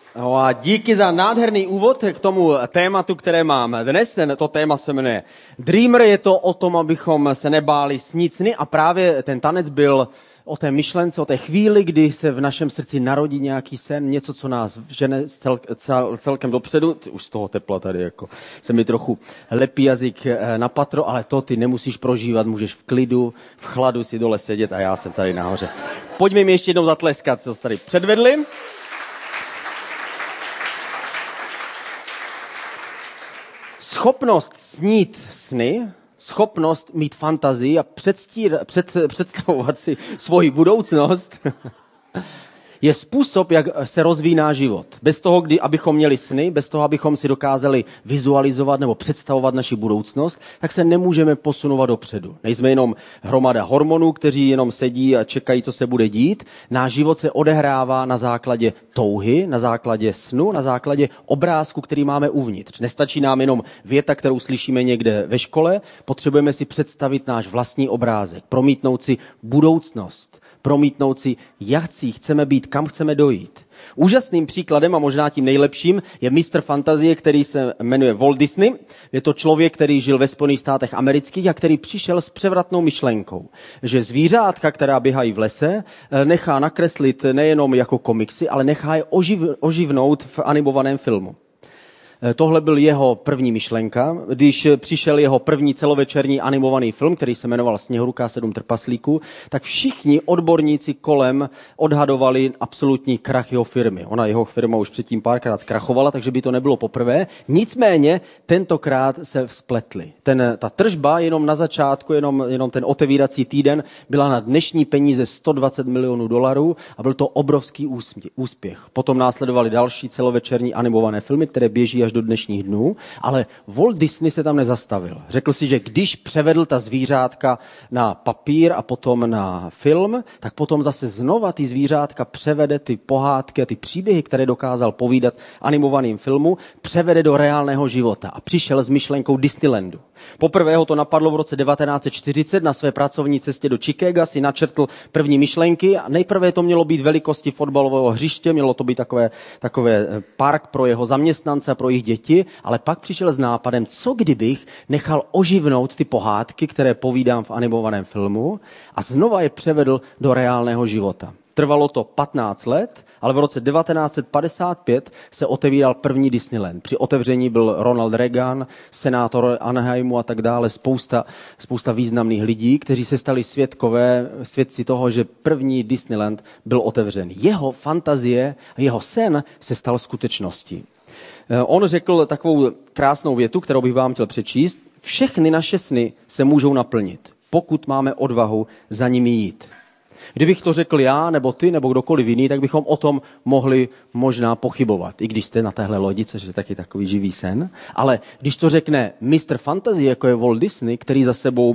No a díky za nádherný úvod k tomu tématu, které mám dnes. To téma se jmenuje Dreamer, je to o tom, abychom se nebáli snít sny a právě ten tanec byl o té myšlence, o té chvíli, kdy se v našem srdci narodí nějaký sen, něco, co nás žene celkem dopředu. Už z toho tepla tady jako se mi trochu lepí jazyk na patro, ale to ty nemusíš prožívat, můžeš v klidu, v chladu si dole sedět a já jsem tady nahoře. Pojďme mi ještě jednou zatleskat, co jste tady předvedli. Schopnost snít sny, schopnost mít fantazii a představovat si svoji budoucnost je způsob, jak se rozvíjí náš život. Bez toho, abychom měli sny, bez toho, abychom si dokázali vizualizovat nebo představovat naši budoucnost, tak se nemůžeme posunovat dopředu. Nejsme jenom hromada hormonů, kteří jenom sedí a čekají, co se bude dít. Náš život se odehrává na základě touhy, na základě snu, na základě obrázku, který máme uvnitř. Nestačí nám jenom věta, kterou slyšíme někde ve škole, potřebujeme si představit náš vlastní obrázek, promítnout si budoucnost, promítnout si, jací chceme být, kam chceme dojít. Úžasným příkladem a možná tím nejlepším je mistr fantazie, který se jmenuje Walt Disney. Je to člověk, který žil ve Spojených státech amerických a který přišel s převratnou myšlenkou, že zvířátka, která běhají v lese, nechá nakreslit nejenom jako komiksy, ale nechá je oživnout v animovaném filmu. Tohle byl jeho první myšlenka. Když přišel jeho první celovečerní animovaný film, který se jmenoval Sněhurka a 7 trpaslíků, tak všichni odborníci kolem odhadovali absolutní krach jeho firmy. Jeho firma už předtím párkrát zkrachovala, takže by to nebylo poprvé. Nicméně tentokrát se spletli. Ta tržba jenom na začátku, jenom ten otevírací týden byla na dnešní peníze $120 milionů a byl to obrovský úspěch. Potom následovaly další celovečerní animované filmy, které běží až do dnešních dnů, ale Walt Disney se tam nezastavil. Řekl si, že když převedl ta zvířátka na papír a potom na film, tak potom zase znova ty zvířátka převede ty pohádky a ty příběhy, které dokázal povídat animovaným filmu, převede do reálného života a přišel s myšlenkou Disneylandu. Poprvé ho to napadlo v roce 1940 na své pracovní cestě do Chicaga, si načrtl první myšlenky a nejprve to mělo být velikosti fotbalového hřiště, mělo to být takové park pro jeho zaměstnance a pro jejich děti, ale pak přišel s nápadem, co kdybych nechal oživnout ty pohádky, které povídám v animovaném filmu a znova je převedl do reálného života. Trvalo to 15 let, ale v roce 1955 se otevíral první Disneyland. Při otevření byl Ronald Reagan, senátor Anaheimu a tak dále, spousta významných lidí, kteří se stali svědci toho, že první Disneyland byl otevřen. Jeho fantazie a jeho sen se stal skutečností. On řekl takovou krásnou větu, kterou bych vám chtěl přečíst. Všechny naše sny se můžou naplnit, pokud máme odvahu za nimi jít. Kdybych to řekl já, nebo ty, nebo kdokoliv jiný, tak bychom o tom mohli možná pochybovat. I když jste na téhle lodi, což je taky takový živý sen. Ale když to řekne mistr fantazie, jako je Walt Disney, který za sebou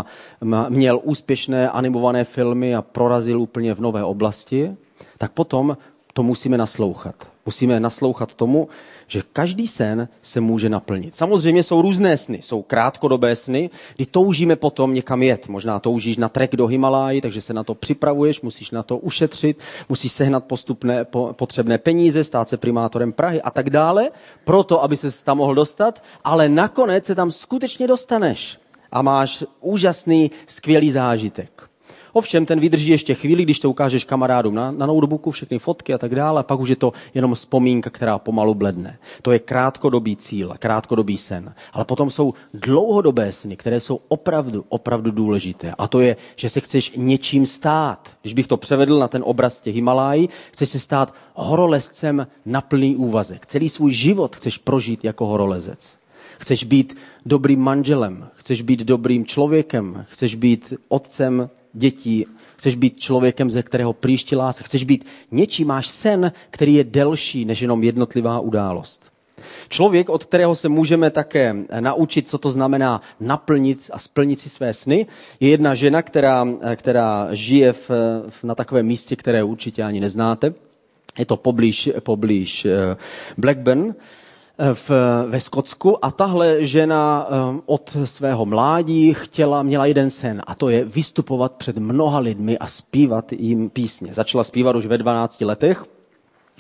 měl úspěšné animované filmy a prorazil úplně v nové oblasti, tak potom to musíme naslouchat. Musíme naslouchat tomu, že každý sen se může naplnit. Samozřejmě jsou různé sny, jsou krátkodobé sny, kdy toužíme potom někam jet. Možná toužíš na trek do Himaláji, takže se na to připravuješ, musíš na to ušetřit, musíš sehnat potřebné peníze, stát se primátorem Prahy a tak dále, proto, aby ses tam mohl dostat, ale nakonec se tam skutečně dostaneš a máš úžasný, skvělý zážitek. Ovšem, ten vydrží ještě chvíli, když to ukážeš kamarádům na notebooku, všechny fotky a tak dále, a pak už je to jenom vzpomínka, která pomalu bledne. To je krátkodobý cíl, krátkodobý sen. Ale potom jsou dlouhodobé sny, které jsou opravdu důležité. A to je, že se chceš něčím stát. Když bych to převedl na ten obraz těch Himalájí, chceš se stát horolezcem na plný úvazek. Celý svůj život chceš prožít jako horolezec. Chceš být dobrým manželem, chceš být dobrým člověkem, chceš být otcem dětí, chceš být člověkem, ze kterého příští láska, chceš být něčím, máš sen, který je delší než jenom jednotlivá událost. Člověk, od kterého se můžeme také naučit, co to znamená naplnit a splnit si své sny, je jedna žena, která žije na takovém místě, které určitě ani neznáte. Je to poblíž Blackburn ve Skotsku a tahle žena od svého mládí měla jeden sen a to je vystupovat před mnoha lidmi a zpívat jim písně. Začala zpívat už ve 12 letech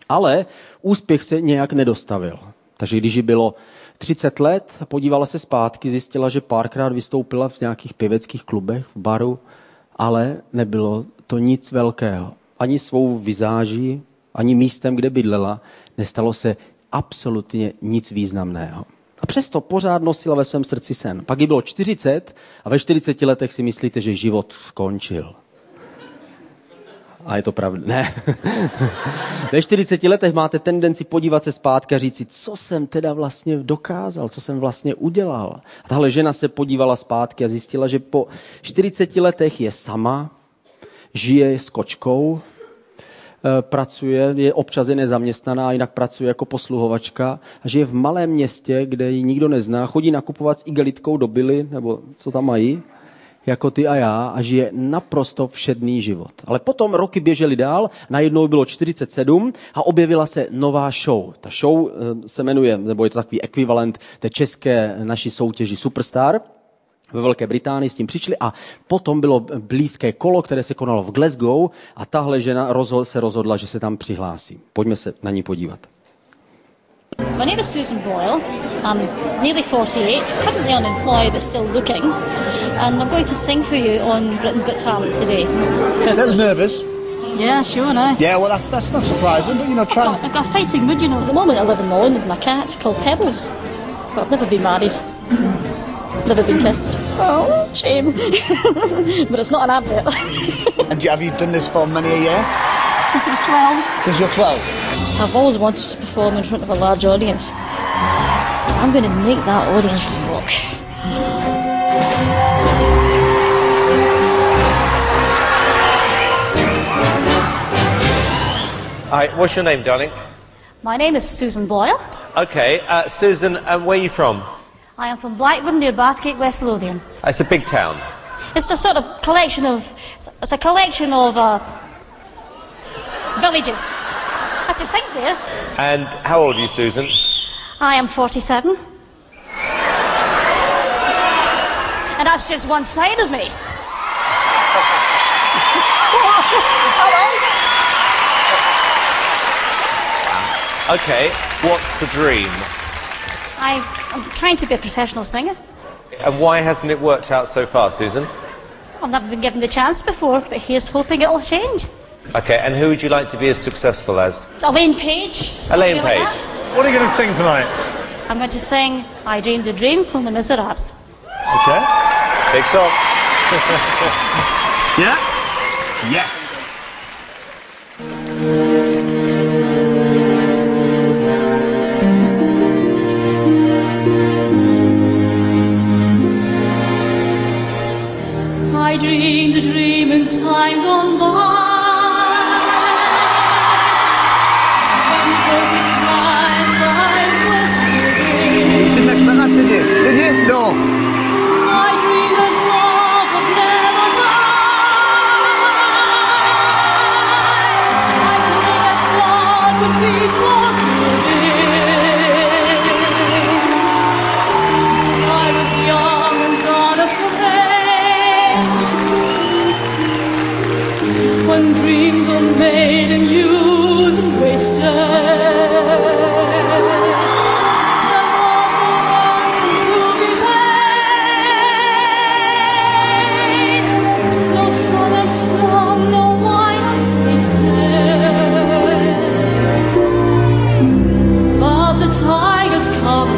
Ale úspěch se nějak nedostavil. Takže když jí bylo 30 let, podívala se zpátky, zjistila, že párkrát vystoupila v nějakých pěveckých klubech, v baru, ale nebylo to nic velkého. Ani svou vizáží, ani místem, kde bydlela, nestalo se absolutně nic významného. A přesto pořád nosila ve svém srdci sen. Pak jí bylo 40 a ve 40 letech si myslíte, že život skončil. A je to pravda. Ne. Ve 40 letech máte tendenci podívat se zpátky a říct si, co jsem teda vlastně dokázal, co jsem vlastně udělal. A tahle žena se podívala zpátky a zjistila, že po 40 letech je sama, žije s kočkou, pracuje, je občas nezaměstnaná, jinak pracuje jako posluhovačka a žije v malém městě, kde ji nikdo nezná, chodí nakupovat s igelitkou do Billy, nebo co tam mají, jako ty a já, a žije naprosto všedný život. Ale potom roky běžely dál, najednou bylo 47 a objevila se nová show. Ta show se jmenuje, nebo je to takový ekvivalent té české naší soutěži Superstar. Ve Velké Británii s tím přišli a potom bylo blízké kolo, které se konalo v Glasgow a tahle žena se rozhodla, že se tam přihlásí. Pojďme se na ní podívat. My name is Susan Boyle. I'm nearly 48, currently unemployed but still looking. And I'm going to sing for you on Britain's Got Talent today. That's nervous. Yeah, sure, no. Yeah, well, that's not surprising, but, you know, try. I've got a fighting mood, you know. At the moment I live in Malone with my cat called Pebbles. But I've never been married. Never been kissed. Oh, shame. But it's not an advert. And have you done this for many a year? Since I was 12. Since you're 12? I've always wanted to perform in front of a large audience. I'm going to make that audience rock. Hi, what's your name, darling? My name is Susan Boyle. Okay, Susan, where are you from? I am from Blackburn near Bathgate, West Lothian. It's a big town. It's a sort of collection of... It's a collection of villages. I had to think there. And how old are you, Susan? I am 47. And that's just one side of me. Okay, what's the dream? I'm trying to be a professional singer. And why hasn't it worked out so far, Susan? I've never been given the chance before, but here's hoping it'll change. Okay, and who would you like to be as successful as? Elaine Page. Elaine somebody like Page. that. What are you going to sing tonight? I'm going to sing I Dreamed a Dream from the Miserables. Okay. Big song. Yeah? Yes. I dreamed a dream in time gone by. When focus my life You just didn't expect that, did you? Did you? No. I dreamed that love would never die. I dreamed that God would be forgiven. I was young and unafraid. When dreams are made and used and wasted. Tigers come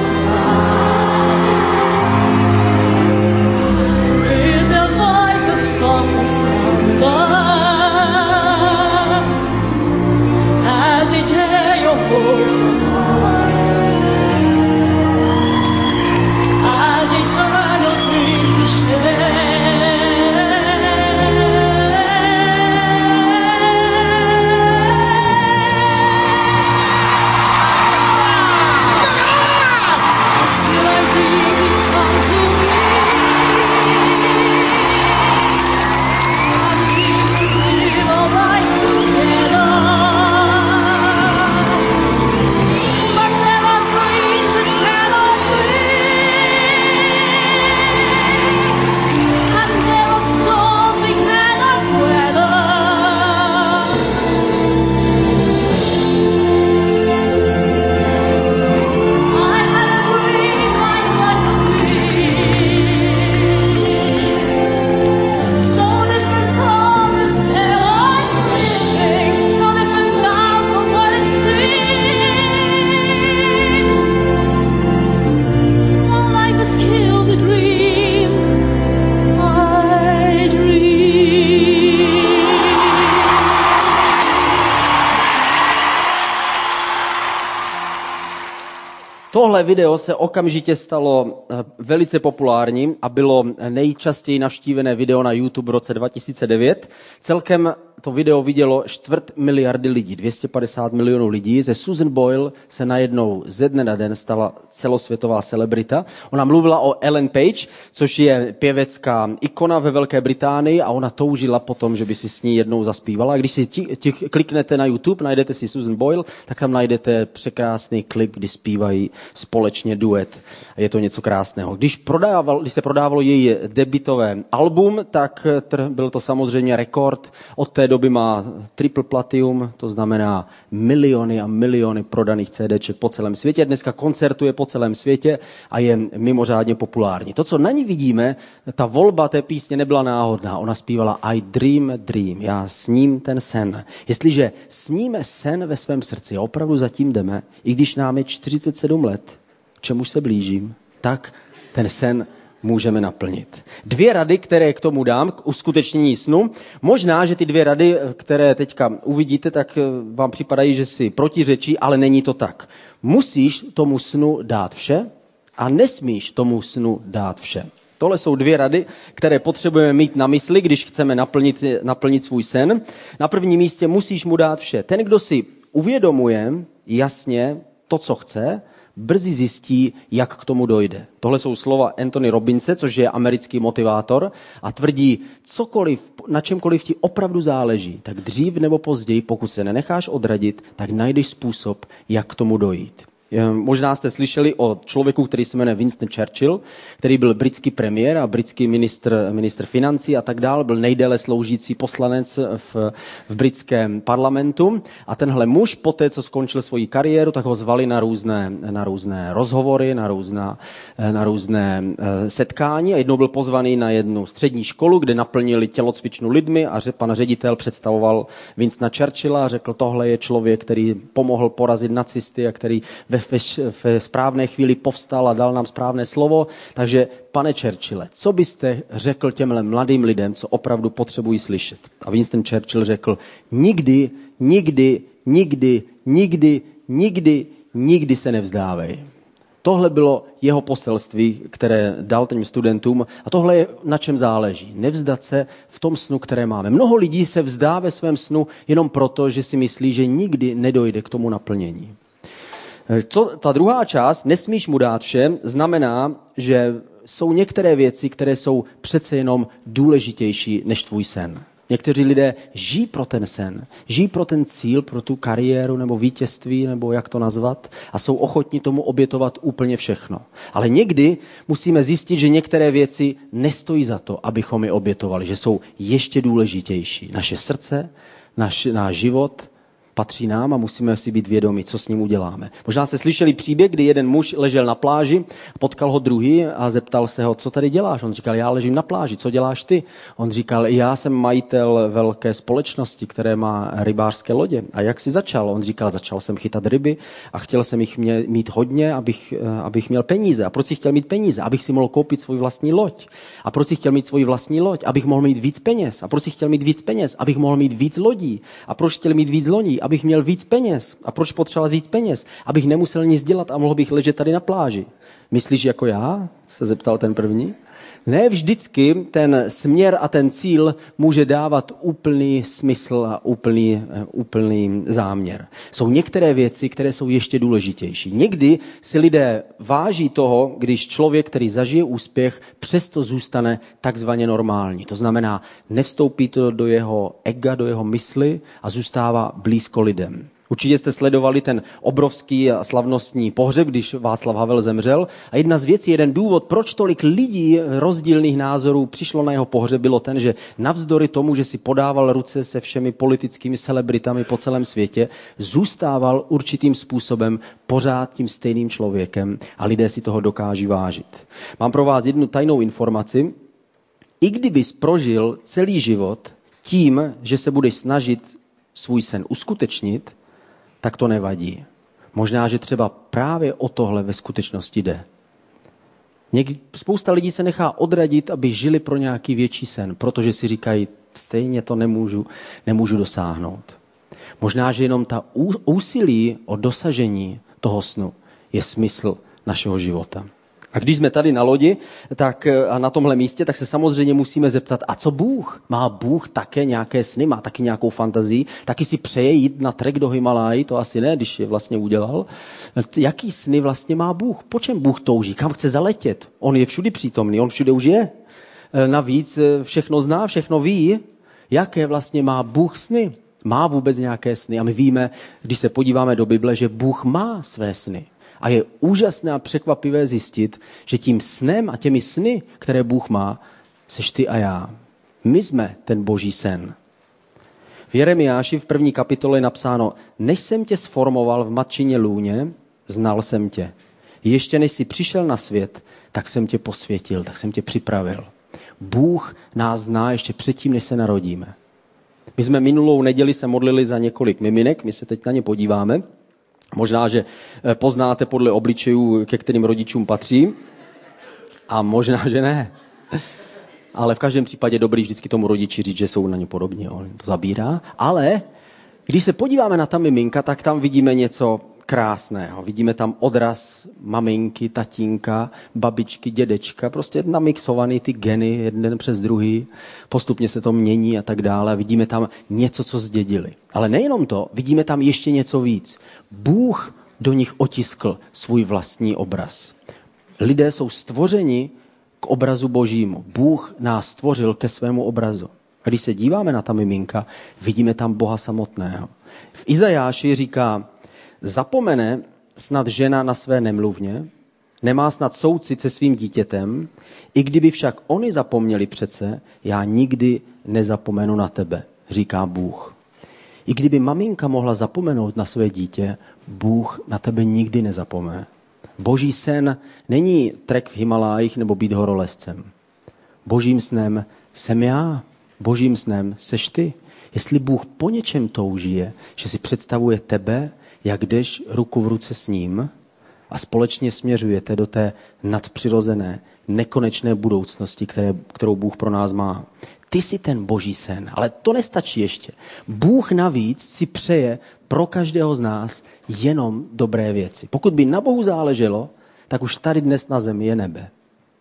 with their voices soft as thunder, as they tear your hopes apart, as eternal dreams to share. Tohle video se okamžitě stalo velice populární a bylo nejčastěji navštívené video na YouTube v roce 2009. Celkem to video vidělo 250 miliardy lidí, 250 milionů lidí. Ze Susan Boyle se najednou ze dne na den stala celosvětová celebrita. Ona mluvila o Ellen Page, což je pěvecká ikona ve Velké Británii a ona toužila potom, že by si s ní jednou zaspívala. A když si kliknete na YouTube, najdete si Susan Boyle, tak tam najdete překrásný klip, kdy zpívají společně duet. Je to něco krásného. Když se prodávalo její debutové album, tak byl to samozřejmě rekord. Od té doby má triple platinum, to znamená miliony a miliony prodaných CDček po celém světě. Dneska koncertuje po celém světě a je mimořádně populární. To, co na ní vidíme, ta volba té písně nebyla náhodná. Ona zpívala I dream a dream, já sním ten sen. Jestliže sníme sen ve svém srdci a opravdu zatím jdeme, i když nám je 47 let, čemu se blížím, tak ten sen můžeme naplnit. 2 rady, které k tomu dám, k uskutečnění snu. Možná, že ty 2 rady, které teďka uvidíte, tak vám připadají, že si protiřečí, ale není to tak. Musíš tomu snu dát vše a nesmíš tomu snu dát vše. Tohle jsou 2 rady, které potřebujeme mít na mysli, když chceme naplnit svůj sen. Na prvním místě musíš mu dát vše. Ten, kdo si uvědomuje jasně to, co chce, brzy zjistí, jak k tomu dojde. Tohle jsou slova Anthony Robbinse, což je americký motivátor a tvrdí, cokoliv, na čemkoliv ti opravdu záleží, tak dřív nebo později, pokud se nenecháš odradit, tak najdeš způsob, jak k tomu dojít. Možná jste slyšeli o člověku, který se jmenuje Winston Churchill, který byl britský premiér a britský ministr financí a tak dále, byl nejdéle sloužící poslanec v britském parlamentu a tenhle muž poté, co skončil svoji kariéru, tak ho zvali na různé rozhovory, na různé setkání a jednou byl pozvaný na jednu střední školu, kde naplnili tělocvičnu lidmi a pan ředitel představoval Winstona Churchilla a řekl, tohle je člověk, který pomohl porazit nacisty a který ve správné chvíli povstal a dal nám správné slovo. Takže, pane Churchille, co byste řekl těmhle mladým lidem, co opravdu potřebují slyšet? A Winston Churchill řekl, nikdy se nevzdávej. Tohle bylo jeho poselství, které dal těm studentům a tohle je na čem záleží. Nevzdat se v tom snu, které máme. Mnoho lidí se vzdá ve svém snu jenom proto, že si myslí, že nikdy nedojde k tomu naplnění. Ta druhá část, nesmíš mu dát vše, znamená, že jsou některé věci, které jsou přece jenom důležitější než tvůj sen. Někteří lidé žijí pro ten sen, žijí pro ten cíl, pro tu kariéru nebo vítězství, nebo jak to nazvat, a jsou ochotní tomu obětovat úplně všechno. Ale někdy musíme zjistit, že některé věci nestojí za to, abychom je obětovali, že jsou ještě důležitější. Naše srdce, náš život patří nám a musíme si být vědomi, co s ním uděláme. Možná jste slyšeli příběh, kdy jeden muž ležel na pláži, potkal ho druhý a zeptal se ho, co tady děláš? On říkal, já ležím na pláži, co děláš ty? On říkal, já jsem majitel velké společnosti, které má rybářské lodě. A jak jsi začal? On říkal, začal jsem chytat ryby a chtěl jsem jich mít hodně, abych měl peníze. A proč jsi chtěl mít peníze? Abych si mohl koupit svou vlastní loď. A proč jsi chtěl mít svou vlastní loď? Abych mohl mít víc peněz. A proč jsi chtěl mít víc peněz? Abych mohl mít víc lodí. A proč chtěl mít víc lodí? Abych měl víc peněz. A proč potřeboval víc peněz? Abych nemusel nic dělat a mohl bych ležet tady na pláži. Myslíš jako já? Se zeptal ten první. Ne vždycky ten směr a ten cíl může dávat úplný smysl a úplný záměr. Jsou některé věci, které jsou ještě důležitější. Někdy si lidé váží toho, když člověk, který zažije úspěch, přesto zůstane takzvaně normální. To znamená, nevstoupí to do jeho ega, do jeho mysli a zůstává blízko lidem. Určitě jste sledovali ten obrovský a slavnostní pohřeb, když Václav Havel zemřel. A jedna z věcí, jeden důvod, proč tolik lidí rozdílných názorů přišlo na jeho pohřeb, bylo ten, že navzdory tomu, že si podával ruce se všemi politickými celebritami po celém světě, zůstával určitým způsobem pořád tím stejným člověkem a lidé si toho dokáží vážit. Mám pro vás jednu tajnou informaci. I kdybys prožil celý život tím, že se budeš snažit svůj sen uskutečnit, tak to nevadí. Možná, že třeba právě o tohle ve skutečnosti jde. Spousta lidí se nechá odradit, aby žili pro nějaký větší sen, protože si říkají, stejně to nemůžu dosáhnout. Možná, že jenom ta úsilí o dosažení toho snu je smysl našeho života. A když jsme tady na lodi tak, a na tomhle místě, tak se samozřejmě musíme zeptat, a co Bůh? Má Bůh také nějaké sny, má taky nějakou fantazii? Taky si přeje jít na trek do Himaláji? To asi ne, když je vlastně udělal. Jaký sny vlastně má Bůh? Po čem Bůh touží? Kam chce zaletět? On je všudy přítomný, on všude už je. Navíc všechno zná, všechno ví. Jaké vlastně má Bůh sny? Má vůbec nějaké sny? A my víme, když se podíváme do Bible, že Bůh má své sny. A je úžasné a překvapivé zjistit, že tím snem a těmi sny, které Bůh má, seš ty a já. My jsme ten boží sen. V Jeremiáši v 1. kapitole je napsáno: Než jsem tě sformoval v matčině lůně, znal jsem tě. Ještě než jsi přišel na svět, tak jsem tě posvětil, tak jsem tě připravil. Bůh nás zná ještě předtím, než se narodíme. My jsme minulou neděli se modlili za několik miminek, my se teď na ně podíváme. Možná, že poznáte podle obličejů, ke kterým rodičům patří, a možná, že ne. Ale v každém případě dobrý vždycky tomu rodiči říct, že jsou na ně podobní, on to zabírá. Ale když se podíváme na ta miminka, tak tam vidíme něco krásného. Vidíme tam odraz maminky, tatínka, babičky, dědečka, prostě namixovaný ty geny, jeden přes druhý, postupně se to mění a tak dále. Vidíme tam něco, co zdědili. Ale nejenom to, vidíme tam ještě něco víc. Bůh do nich otiskl svůj vlastní obraz. Lidé jsou stvořeni k obrazu božímu. Bůh nás stvořil ke svému obrazu. A když se díváme na ta miminka, vidíme tam Boha samotného. V Izajáši říká: Zapomene snad žena na své nemluvně, nemá snad soucit se svým dítětem, i kdyby však oni zapomněli přece, já nikdy nezapomenu na tebe, říká Bůh. I kdyby maminka mohla zapomenout na své dítě, Bůh na tebe nikdy nezapomene. Boží sen není trek v Himalájích nebo být horolezcem. Božím snem jsem já, božím snem seš ty. Jestli Bůh po něčem touží, je, že si představuje tebe, jak jdeš ruku v ruce s ním a společně směřujete do té nadpřirozené, nekonečné budoucnosti, kterou Bůh pro nás má. Ty jsi ten boží sen, ale to nestačí ještě. Bůh navíc si přeje pro každého z nás jenom dobré věci. Pokud by na Bohu záleželo, tak už tady dnes na zemi je nebe.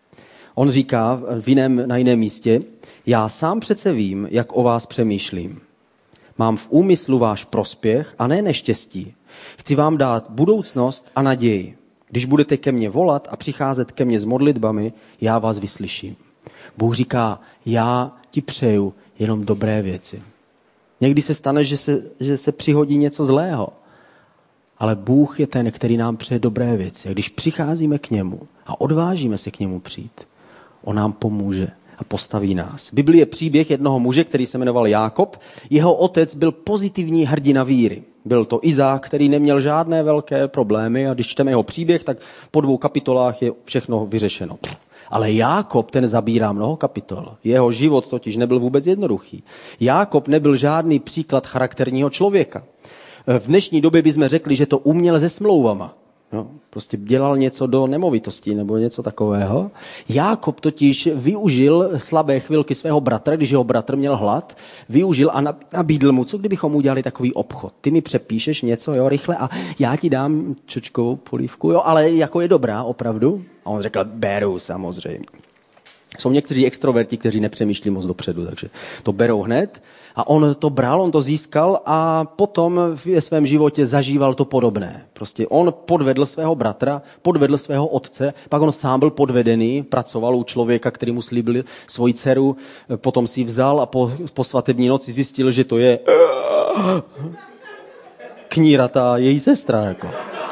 On říká na jiném místě: Já sám přece vím, jak o vás přemýšlím. Mám v úmyslu váš prospěch a ne neštěstí. Chci vám dát budoucnost a naději. Když budete ke mně volat a přicházet ke mně s modlitbami, já vás vyslyším. Bůh říká: já ti přeju jenom dobré věci. Někdy se stane, že se přihodí něco zlého. Ale Bůh je ten, který nám přeje dobré věci. A když přicházíme k němu a odvážíme se k němu přijít, on nám pomůže a postaví nás. V Biblii je příběh jednoho muže, který se jmenoval Jákob. Jeho otec byl pozitivní hrdina víry. Byl to Izák, který neměl žádné velké problémy, a když čteme jeho příběh, tak po 2 kapitolách je všechno vyřešeno. Ale Jákob, ten zabírá mnoho kapitol. Jeho život totiž nebyl vůbec jednoduchý. Jákob nebyl žádný příklad charakterního člověka. V dnešní době bychom řekli, že to uměl se smlouvama. No, prostě dělal něco do nemovitostí nebo něco takového. Jákob totiž využil slabé chvilky svého bratra, když jeho bratr měl hlad, využil a nabídl mu, co kdybychom udělali takový obchod. Ty mi přepíšeš něco, jo, rychle, a já ti dám čočkovou polívku, jo, ale jako je dobrá, opravdu. A on řekl: beru, samozřejmě. Jsou někteří extroverti, kteří nepřemýšlí moc dopředu, takže to berou hned. A on to bral, on to získal a potom ve svém životě zažíval to podobné. Prostě on podvedl svého bratra, podvedl svého otce, pak on sám byl podvedený, pracoval u člověka, který mu slíbil svoji dceru, potom si ji vzal a po svatební noci zjistil, že to je Kníra, ta její sestra, jako.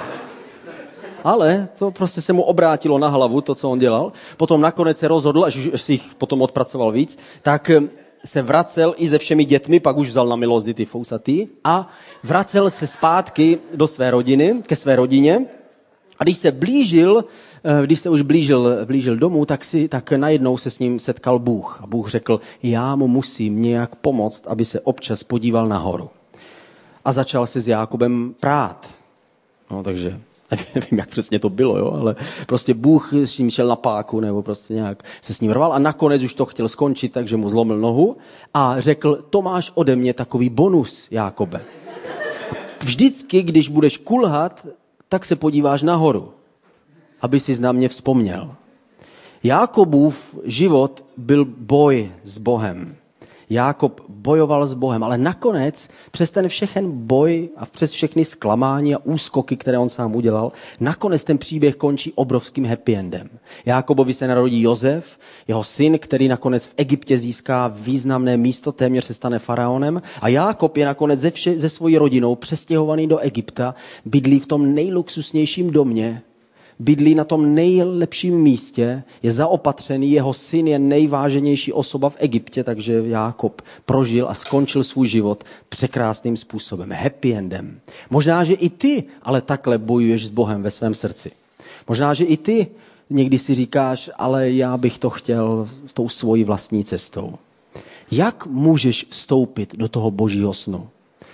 Ale to prostě se mu obrátilo na hlavu, to, co on dělal. Potom nakonec se rozhodl, až si jich potom odpracoval víc, tak se vracel i se všemi dětmi, pak už vzal na milost ty fousatý a vracel se zpátky do své rodiny, ke své rodině. A když se už blížil domů, tak najednou se s ním setkal Bůh. A Bůh řekl: já mu musím nějak pomoct, aby se občas podíval nahoru. A začal se s Jákobem prát. No, takže nevím, jak přesně to bylo, jo, ale prostě Bůh s ním šel na páku, nebo prostě nějak se s ním rval a nakonec už to chtěl skončit, takže mu zlomil nohu a řekl: to máš ode mě takový bonus, Jákobe. Vždycky, když budeš kulhat, tak se podíváš nahoru, aby si na mě vzpomněl. Jákobův život byl boj s Bohem. Jákob bojoval s Bohem, ale nakonec přes ten všechen boj a přes všechny zklamání a úskoky, které on sám udělal, nakonec ten příběh končí obrovským happy endem. Jákobovi se narodí Josef, jeho syn, který nakonec v Egyptě získá významné místo, téměř se stane faraonem, a Jákob je nakonec se svojí rodinou přestěhovaný do Egypta, bydlí v tom nejluxusnějším domě, bydlí na tom nejlepším místě, je zaopatřený, jeho syn je nejváženější osoba v Egyptě, takže Jákob prožil a skončil svůj život překrásným způsobem, happy endem. Možná, že i ty ale takhle bojuješ s Bohem ve svém srdci. Možná, že i ty někdy si říkáš, ale já bych to chtěl tou svojí vlastní cestou. Jak můžeš vstoupit do toho božího snu?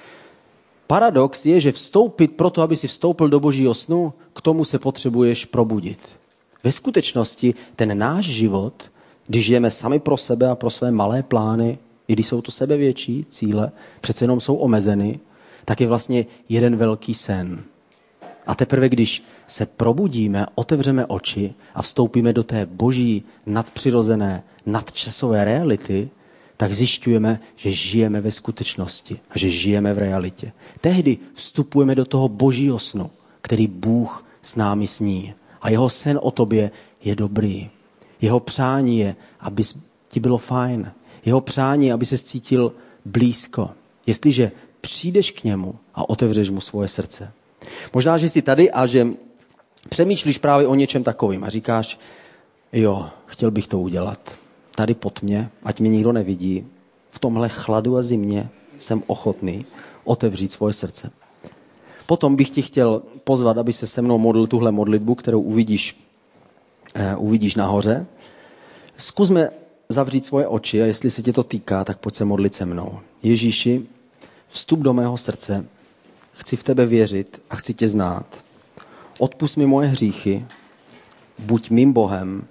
Paradox je, že vstoupit proto, aby si vstoupil do božího snu, k tomu se potřebuješ probudit. Ve skutečnosti ten náš život, když žijeme sami pro sebe a pro své malé plány, i když jsou to sebevětší cíle, přece jenom jsou omezeny, tak je vlastně jeden velký sen. A teprve, když se probudíme, otevřeme oči a vstoupíme do té boží nadpřirozené, nadčasové reality, tak zjišťujeme, že žijeme ve skutečnosti a že žijeme v realitě. Tehdy vstupujeme do toho božího snu, který Bůh s námi sní. A jeho sen o tobě je dobrý. Jeho přání je, aby ti bylo fajn. Jeho přání je, aby se cítil blízko. Jestliže přijdeš k němu a otevřeš mu svoje srdce. Možná, že jsi tady a že přemýšlíš právě o něčem takovým a říkáš, jo, chtěl bych to udělat. Tady pod mě, ať mě nikdo nevidí, v tomhle chladu a zimě jsem ochotný otevřít svoje srdce. Potom bych ti chtěl pozvat, aby se se mnou modlil tuhle modlitbu, kterou uvidíš nahoře. Zkusme zavřít svoje oči a jestli se tě to týká, tak pojď se modlit se mnou. Ježíši, vstup do mého srdce, chci v tebe věřit a chci tě znát. Odpusť mi moje hříchy, buď mým Bohem,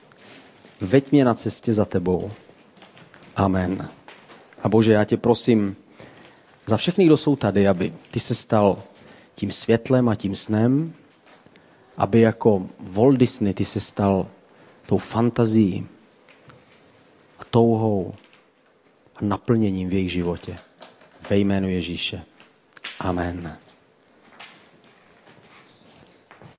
veď mě na cestě za tebou. Amen. A Bože, já tě prosím za všechny, kdo jsou tady, aby ty se stal tím světlem a tím snem, aby jako Walt Disney ty se stal tou fantazií a touhou a naplněním v jejich životě. Ve jménu Ježíše. Amen.